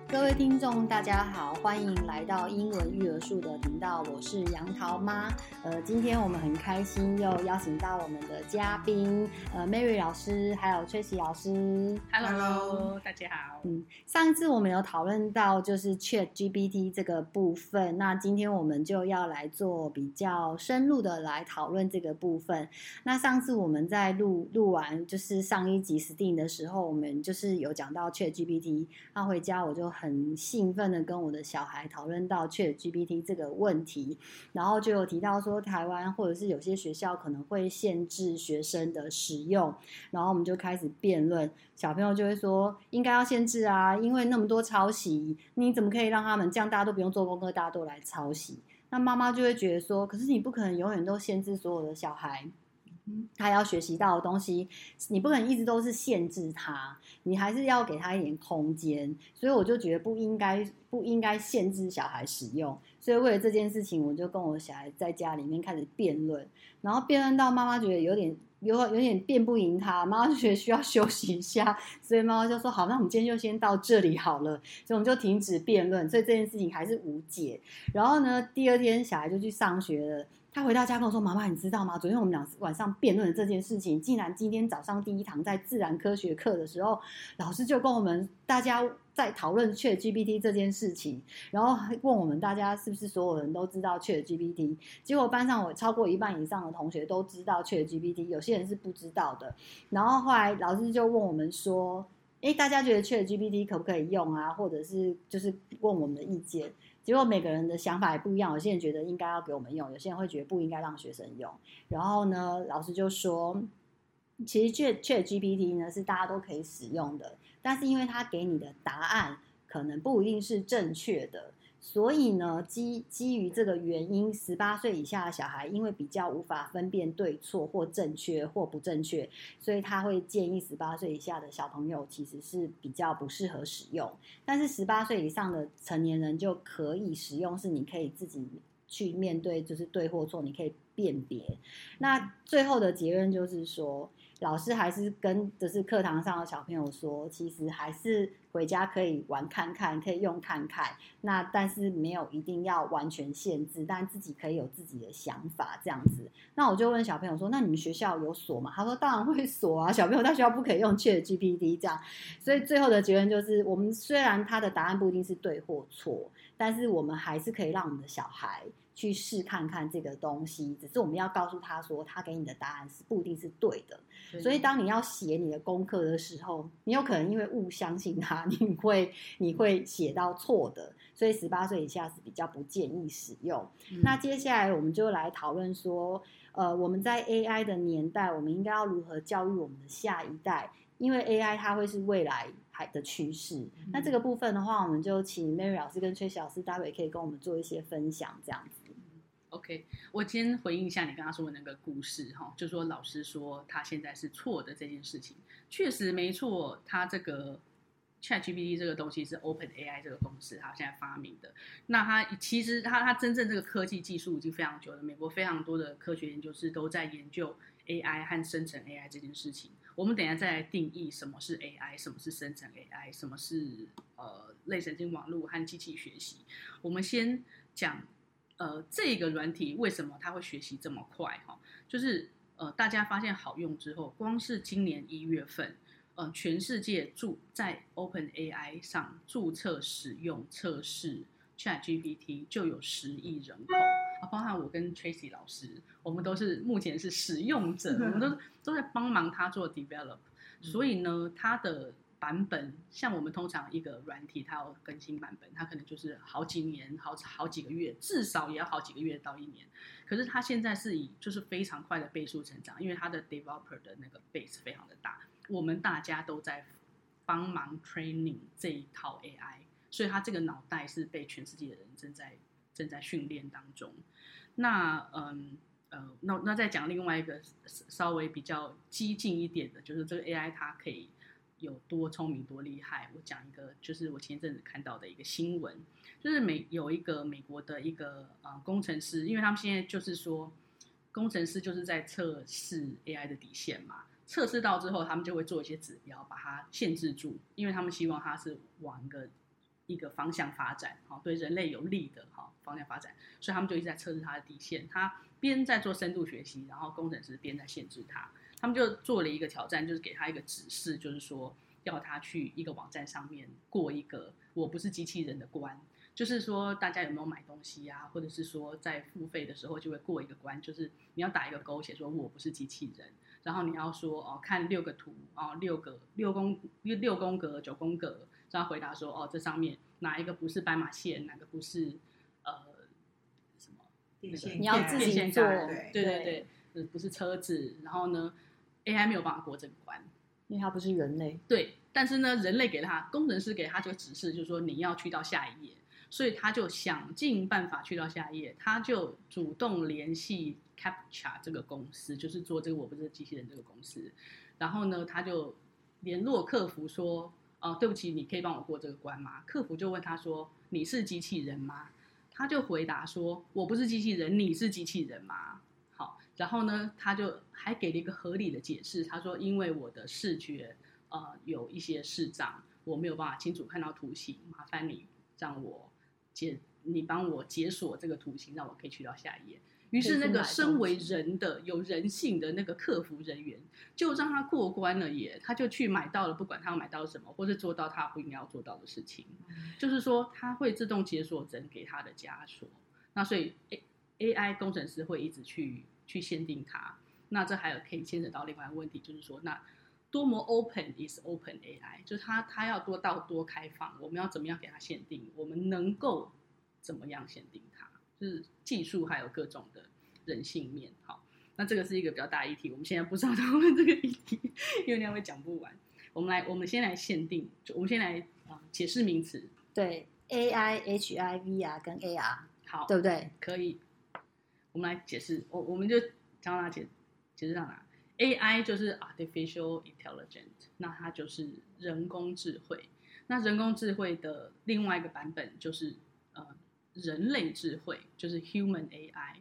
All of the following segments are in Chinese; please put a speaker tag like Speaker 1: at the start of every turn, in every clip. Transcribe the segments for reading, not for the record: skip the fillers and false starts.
Speaker 1: 各位听众大家好，欢迎来到英文育儿树的频道，我是杨桃妈。今天我们很开心又邀请到我们的嘉宾Mary 老师还有 Tracy 老师。
Speaker 2: Hello， 大家好。
Speaker 1: 上次我们有讨论到就是 ChatGPT 这个部分，那今天我们就要来做比较深入的来讨论这个部分。那上次我们在录完就是上一集 Steam 的时候，我们就是有讲到 ChatGPT， 那回家我就很兴奋的跟我的小孩讨论到 ChatGPT 这个问题，然后就有提到说台湾或者是有些学校可能会限制学生的使用，然后我们就开始辩论，小朋友就会说应该要限制啊，因为那么多抄袭，你怎么可以让他们这样大家都不用做功课，大家都来抄袭？那妈妈就会觉得说，可是你不可能永远都限制所有的小孩他要学习到的东西，你不可能一直都是限制他，你还是要给他一点空间，所以我就觉得不应该限制小孩使用。所以为了这件事情，我就跟我小孩在家里面开始辩论，然后辩论到妈妈觉得有点辩不赢他，妈妈就觉得需要休息一下，所以妈妈就说好，那我们今天就先到这里好了，所以我们就停止辩论，所以这件事情还是无解。然后呢，第二天小孩就去上学了，他回到家跟我说，妈妈你知道吗，昨天我们俩晚上辩论的这件事情，竟然今天早上第一堂在自然科学课的时候，老师就跟我们大家在讨论 ChatGPT 这件事情，然后问我们大家是不是所有人都知道 ChatGPT， 结果班上我超过一半以上的同学都知道 ChatGPT， 有些人是不知道的。然后后来老师就问我们说，大家觉得 ChatGPT 可不可以用啊，或者是就是问我们的意见。结果每个人的想法也不一样，有些人觉得应该要给我们用，有些人会觉得不应该让学生用。然后呢，老师就说其实 ChatGPT 呢是大家都可以使用的，但是因为它给你的答案可能不一定是正确的，所以呢基于这个原因，18岁以下的小孩因为比较无法分辨对错或正确或不正确，所以他会建议18岁以下的小朋友其实是比较不适合使用，但是18岁以上的成年人就可以使用，是你可以自己去面对就是对或错，你可以辨别。那最后的结论就是说，老师还是跟就是课堂上的小朋友说，其实还是回家可以玩看看，可以用看看，那但是没有一定要完全限制，但自己可以有自己的想法这样子。那我就问小朋友说，那你们学校有锁吗？他说当然会锁啊，小朋友在学校不可以用 ChatGPT 这样。所以最后的结论就是，我们虽然他的答案不一定是对或错，但是我们还是可以让我们的小孩去试看看这个东西，只是我们要告诉他说，他给你的答案是不一定是对的。所以当你要写你的功课的时候，你有可能因为误相信他，你会写到错的，所以18岁以下是比较不建议使用。那接下来我们就来讨论说，我们在 AI 的年代，我们应该要如何教育我们的下一代，因为 AI 它会是未来的趋势。那这个部分的话，我们就请 Mary 老师跟Tracy 老师待会可以跟我们做一些分享这样子。
Speaker 2: OK， 我先回应一下你刚刚说的那个故事哈，就说老师说他现在是错的这件事情，确实没错。他这个 ChatGPT 这个东西是 OpenAI 这个公司他现在发明的。那他其实他真正这个科技技术已经非常久了，美国非常多的科学研究室都在研究 AI 和生成 AI 这件事情。我们等一下再来定义什么是 AI， 什么是生成 AI， 什么是类神经网络和机器学习。我们先讲这个软体为什么它会学习这么快哈？就是大家发现好用之后，光是今年1月份，全世界在 OpenAI 上注册使用测试 ChatGPT 就有10亿人口啊，包含我跟 Tracy 老师，我们都是目前是使用者，我们都在帮忙他做 develop， 所以呢，它的版本像我们通常一个软体它要更新版本，它可能就是好几年好几个月，至少也要好几个月到1年。可是它现在是以就是非常快的倍数成长，因为它的 developer 的那个 base 非常的大，我们大家都在帮忙 training 这一套 AI， 所以它这个脑袋是被全世界的人正在训练当中。那那再讲另外一个稍微比较激进一点的，就是这个 AI 它可以有多聪明多厉害。我讲一个，就是我前一阵子看到的一个新闻，就是有一个美国的一个工程师，因为他们现在就是说，工程师就是在测试 AI 的底线嘛，测试到之后，他们就会做一些指标把它限制住，因为他们希望它是往一个一个方向发展，对人类有利的方向发展，所以他们就一直在测试它的底线。他边在做深度学习，然后工程师边在限制他。他们就做了一个挑战，就是给他一个指示，就是说要他去一个网站上面过一个我不是机器人的关。就是说大家有没有买东西啊，或者是说在付费的时候就会过一个关，就是你要打一个勾，写说我不是机器人，然后你要说看6个图6宫格9宫格，然后回答说这上面哪一个不是斑马线，哪个不是什么
Speaker 3: 电线，
Speaker 1: 你要自己做，
Speaker 2: 对，不是车子，然后呢 AI 没有办法过这个关，
Speaker 1: 因为它不是人类。
Speaker 2: 对，但是呢人类给他工程师给他这个指示，就是说你要去到下一页，所以他就想尽办法去到下一页，他就主动联系 Captcha 这个公司，就是做这个我不是机器人这个公司，然后呢他就联络客服说对不起，你可以帮我过这个关吗？客服就问他说你是机器人吗？他就回答说我不是机器人，你是机器人吗？好，然后呢他就还给了一个合理的解释，他说因为我的视觉有一些视障，我没有办法清楚看到图形，麻烦你让我你帮我解锁这个图形，让我可以去到下一页。于是那个身为人的有人性的那个客服人员就让他过关了耶，他就去买到了不管他要买到什么，或是做到他不应该要做到的事情，就是说他会自动解锁人给他的枷锁。那所以 AI 工程师会一直去限定它。那这还有可以牵扯到另外一个问题，就是说那多么 open is open AI， 就是它要多开放，我们要怎么样给它限定，我们能够怎么样限定它，就是技术还有各种的人性面。好，那这个是一个比较大的议题，我们现在不知道讨论这个议题，因为那样会讲不完。我们先来限定，我们先来解释名词。
Speaker 1: 对 AI、HI、VR 跟 AR，
Speaker 2: 好，
Speaker 1: 对不对？
Speaker 2: 可以，我们来解释。我们就讲到哪解释到哪。AI 就是 artificial intelligence， 那它就是人工智慧。那人工智慧的另外一个版本就是人类智慧，就是 human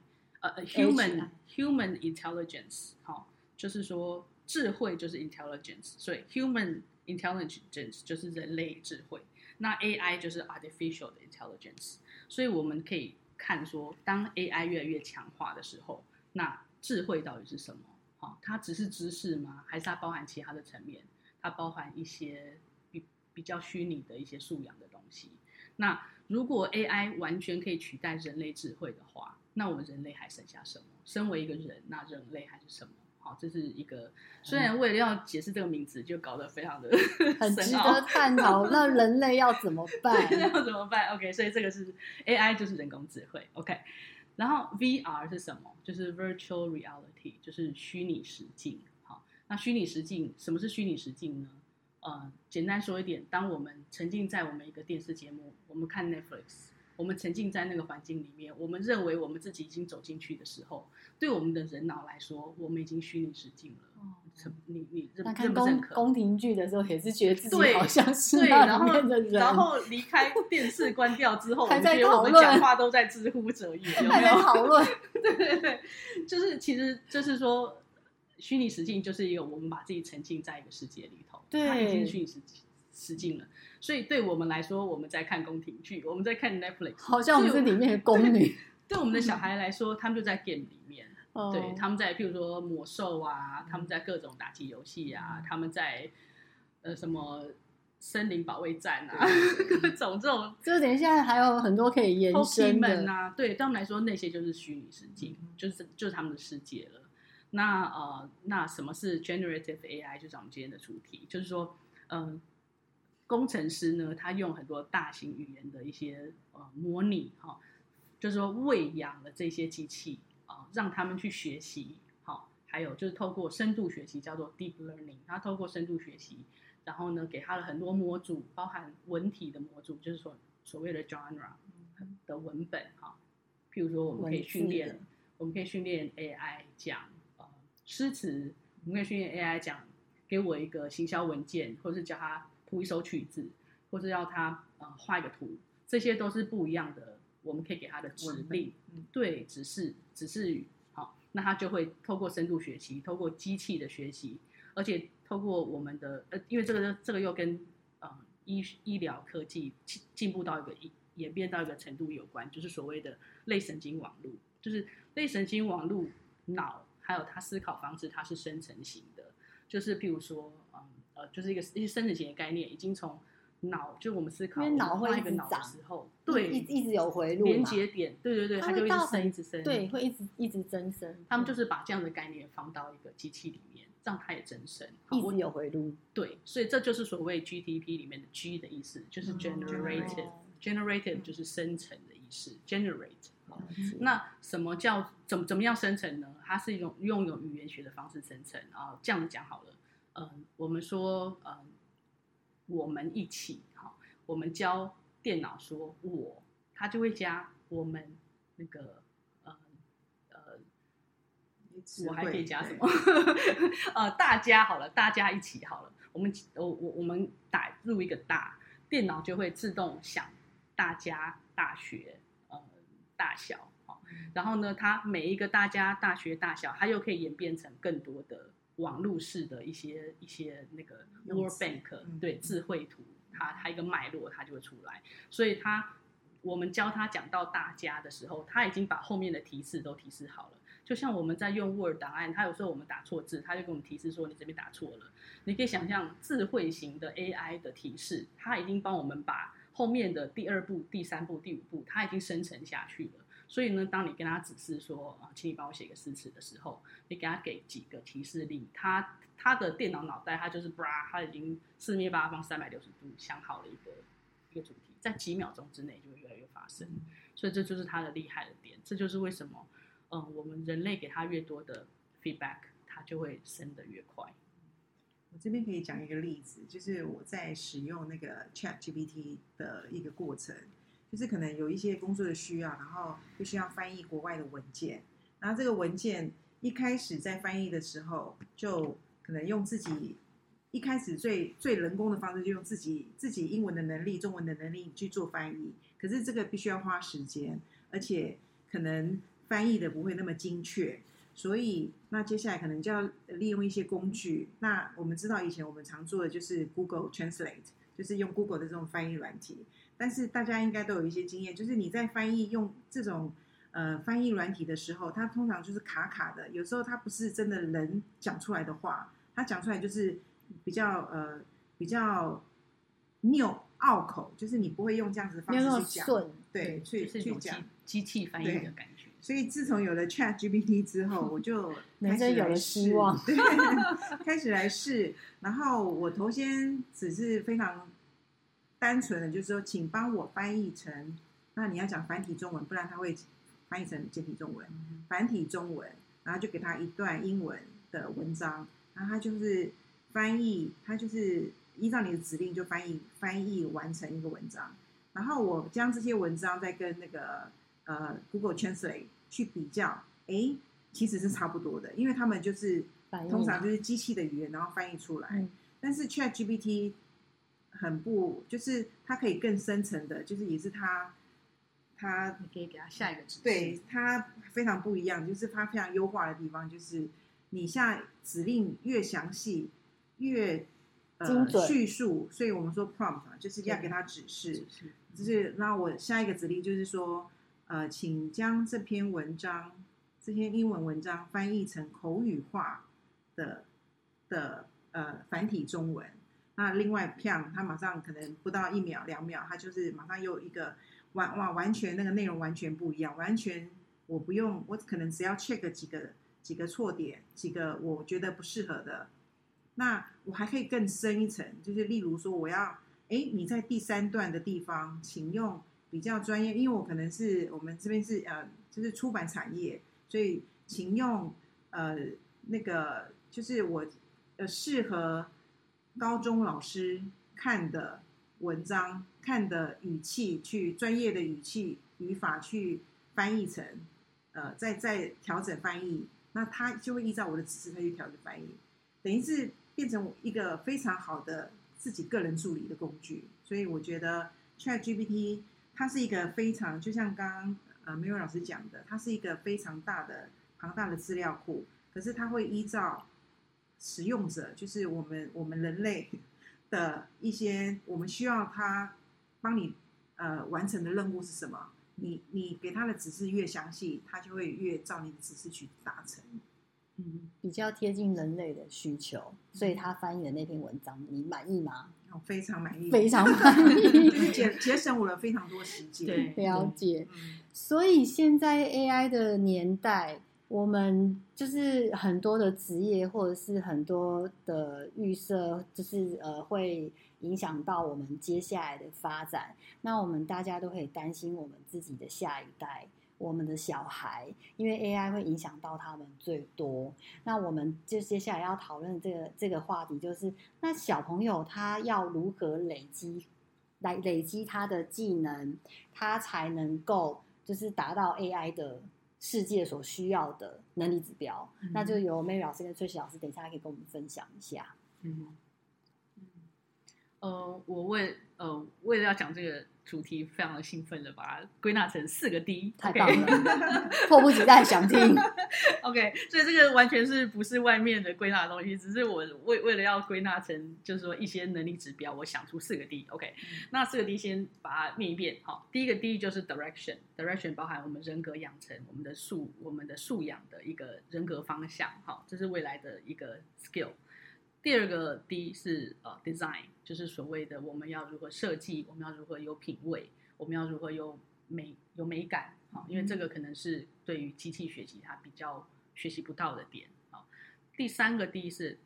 Speaker 2: AI，human intelligence。好，就是说智慧就是 intelligence， 所以 human intelligence 就是人类智慧。那 AI 就是 artificial 的 intelligence， 所以我们可以看说，当 AI 越来越强化的时候，那智慧到底是什么？它只是知识吗？还是它包含其他的层面？它包含一些比较虚拟的一些素养的东西。那如果 AI 完全可以取代人类智慧的话，那我们人类还剩下什么？身为一个人，那人类还是什么？好，这是一个虽然为了要解释这个名词，就搞得非常的
Speaker 1: 很值得探讨。那人类要怎么办？
Speaker 2: 对，要怎么办 ？OK， 所以这个是 AI 就是人工智慧。OK。然后 VR 是什么？就是 Virtual Reality， 就是虚拟实境。好，那虚拟实境什么是虚拟实境呢？简单说一点，当我们沉浸在我们一个电视节目，我们看 Netflix， 我们沉浸在那个环境里面，我们认为我们自己已经走进去的时候，对我们的人脑来说，我们已经虚拟实境了。你认不认可？
Speaker 1: 宫廷剧的时候也是觉得自己
Speaker 2: 对
Speaker 1: 好像是那里面的人，
Speaker 2: 然后离开电视关掉之后，
Speaker 1: 还在
Speaker 2: 讨论，我们讲话都在知乎者也，有没有？
Speaker 1: 还在讨论？
Speaker 2: 对，就是其实就是说，虚拟实境就是一个我们把自己沉浸在一个世界里头，
Speaker 1: 对，
Speaker 2: 它已经是虚拟实境了。所以对我们来说，我们在看宫廷剧，我们在看 Netflix，
Speaker 1: 好像我们是里面的宫女。
Speaker 2: 对我们的小孩来说，他们就在 game 里面。对，他们在譬如说魔兽啊，他们在各种打击游戏啊，他们在什么森林保卫战啊，各种这种，
Speaker 1: 就等一下还有很多可以延伸的
Speaker 2: 啊。对，对他们来说那些就是虚拟世界，就是他们的世界了。那什么是 generative AI？ 就是我们今天的主题，就是说工程师呢，他用很多大型语言的一些模拟就是说喂养了这些机器。让他们去学习，好，还有就是透过深度学习，叫做 deep learning。他透过深度学习，然后呢，给他了很多模组，包含文体的模组，就是说所谓的 genre 的文本譬如说，我们可以训练 AI 讲诗词，我们可以训练 AI 讲给我一个行销文件，或是叫他谱一首曲子，或是要他画一个图，这些都是不一样的。我们可以给他的指令，对，指示语，好，那他就会透过深度学习，透过机器的学习，而且透过我们的因为这个又跟医疗科技进步到演变到一个程度有关，就是所谓的类神经网络，就是类神经网络脑还有它思考方式，它是生成型的，就是譬如说，就是一些生成型的概念，已经从脑，就我们思考，
Speaker 1: 因为脑会
Speaker 2: 一个脑的时候，对，
Speaker 1: 一直有回路
Speaker 2: 连接点，对，它就一直生一直生，
Speaker 1: 对，会一直增生。
Speaker 2: 他们就是把这样的概念放到一个机器里面，让它也增生，
Speaker 1: 一直有回路。
Speaker 2: 对，所以这就是所谓 GDP 里面的 G 的意思，就是 generative，generative 就是生成的意思 ，generate。那什么叫怎么样生成呢？它是用有语言学的方式生成啊。这样讲好了，我们说，我们一起，好，我们教电脑说我，它就会加我们那个我还可以加什么？大家好了，大家一起好了。我们打入一个大，电脑就会自动想大家、大学、大小，然后呢，它每一个大家、大学、大小，它又可以演变成更多的网络式的一些那个 Word Bank，对，智慧图，它一个脉络它就会出来。所以我们教他讲到大家的时候，他已经把后面的提示都提示好了。就像我们在用 Word 档案，它有时候我们打错字，它就给我们提示说你这边打错了。你可以想象智慧型的 AI 的提示，它已经帮我们把后面的第2步、第3步、第5步，它已经生成下去了。所以呢，当你跟他指示说请你帮我写个诗词的时候，你给几个提示令，他的电脑脑袋，它就是它已经四面八方360度想好了一个主题，在几秒钟之内就会越来越发生。所以这就是它的厉害的点，这就是为什么我们人类给它越多的 feedback， 它就会生得越快。
Speaker 3: 我这边可以讲一个例子，就是我在使用那个 ChatGPT 的一个过程，就是可能有一些工作的需要，然后必须要翻译国外的文件，然后这个文件一开始在翻译的时候，就可能用自己一开始最人工的方式，就用自己英文的能力、中文的能力去做翻译，可是这个必须要花时间，而且可能翻译的不会那么精确。所以，那接下来可能就要利用一些工具。那我们知道以前我们常做的就是 Google Translate， 就是用 Google 的这种翻译软体。但是大家应该都有一些经验，就是你在翻译用这种翻译软体的时候，它通常就是卡卡的，有时候它不是真的人讲出来的话，它讲出来就是比较拗口，就是你不会用这样子的方式去讲，对，去讲
Speaker 2: 机器翻译的感觉。
Speaker 3: 所以自从有了 ChatGPT 有后，我就
Speaker 1: 人生有了希望，
Speaker 3: 对，开始来试。然后我头先只是非常单纯的，就是说，请帮我翻译成，那你要讲繁体中文，不然它会翻译成简体中文，繁体中文，然后就给他一段英文的文章，然后他就是翻译，他就是依照你的指令就翻译完成一个文章。然后我将这些文章再跟那个Google Translate 去比较，其实是差不多的，因为他们就是通常就是机器的语言，然后翻译出来。但是 ChatGPT 就是它可以更深层的，就是也是它
Speaker 2: 你可以给它下一个指示，
Speaker 3: 对，它非常不一样，就是它非常优化的地方，就是你下指令越详细越
Speaker 1: 精准
Speaker 3: 叙述，所以我们说 prompt 就是要给它指示，就是那我下一个指令就是说请将这篇英文文章翻译成口语化的繁体中文。那另外它马上可能不到1秒2秒，它就是马上又一个完全那个内容完全不一样，完全我不用，我可能只要 check 几个错点，几个我觉得不适合的，那我还可以更深一层，就是例如说我要你在第3段的地方，请用比较专业，因为我们这边是就是出版产业，所以请用那个就是我适合高中老师看的文章，看的语气，去专业的语气语法去翻译成再调整翻译，那他就会依照我的指示他去调整翻译，等于是变成一个非常好的自己个人助理的工具。所以我觉得 ChatGPT 它是一个非常，就像刚刚Miriam老师讲的，它是一个非常庞大的资料库，可是它会依照使用者，就是我们人类的一些我们需要他帮你完成的任务是什么，你给他的指示越详细，他就会越照你的指示去达成。
Speaker 1: 比较贴近人类的需求，所以他翻译的那篇文章，你满意吗？
Speaker 3: 非常满意，
Speaker 1: 非常满意，
Speaker 3: 就是节省我了非常多时间。
Speaker 2: 对，
Speaker 1: 了解。所以现在 AI 的年代，我们就是很多的职业或者是很多的预设，就是会影响到我们接下来的发展。那我们大家都可以担心我们自己的下一代。我们的小孩，因为 AI 会影响到他们最多。那我们就接下来要讨论这个话题，就是那小朋友他要如何累积他的技能，他才能够就是达到 AI 的世界所需要的能力指标。那就由 Mary 老师跟崔喜老师等一下可以跟我们分享一下。
Speaker 2: 我为了要讲这个主题，非常的兴奋的把它归纳成4个 D，
Speaker 1: 太棒了，迫不及待想听。
Speaker 2: OK， 所以这个完全不是外面的归纳的东西，只是我为了要归纳成就是说一些能力指标，我想出4个 D。OK，那4个 D 先把它念一遍。好，第一个 D 就是 direction 包含我们人格养成，我们的素养的一个人格方向。好，这是未来的一个 skill。第二个 D 是design， 就是所谓的我们要如何设计，我们要如何有品味，我们要如何有美感。因为这个可能是对于机器学习它比较学习不到的点。第3个 D 是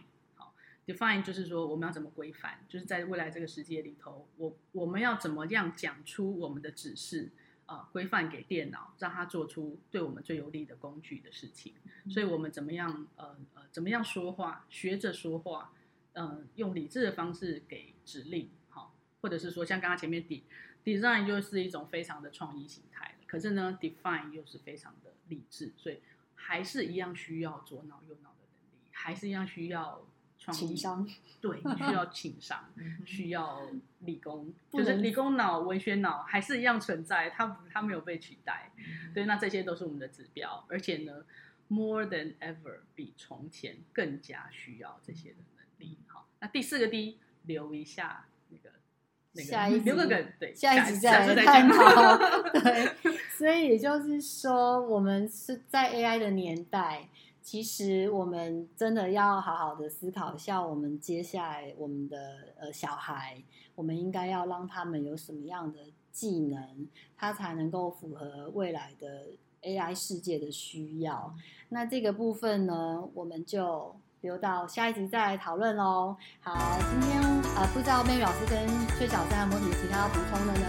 Speaker 2: define， 就是说我们要怎么规范，就是在未来这个世界里头，我们要怎么样讲出我们的指示，规范给电脑，让它做出对我们最有利的工具的事情。所以我们怎么样说话，学着说话，用理智的方式给指令，或者是说像刚刚前面design 就是一种非常的创意形态的，可是呢 define 又是非常的理智，所以还是一样需要左脑右脑的能力，还是一样需要创意，
Speaker 1: 情商，
Speaker 2: 对，你需要情商，需要理工，就是理工脑、文学脑还是一样存在，它没有被取代。对，那这些都是我们的指标，而且呢 more than ever 比从前更加需要这些的能力。好，那第4个 D 留一下
Speaker 1: 下一集
Speaker 2: 留个梗，对，
Speaker 1: 下一集再来探讨。对，所以也就是说，我们是在 AI 的年代，其实我们真的要好好的思考一下，我们接下来我们的小孩，我们应该要让他们有什么样的技能，他才能够符合未来的 AI 世界的需要。那这个部分呢，我们就留到下一集再来讨论咯。好，今天不知道 Mary 老师跟崔小三有没有什么其他要补充的呢？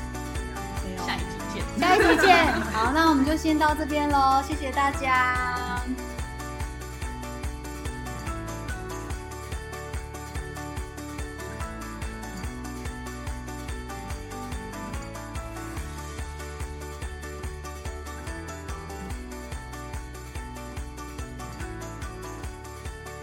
Speaker 2: 下一集见。
Speaker 1: 下一集见。好，那我们就先到这边咯，谢谢大家。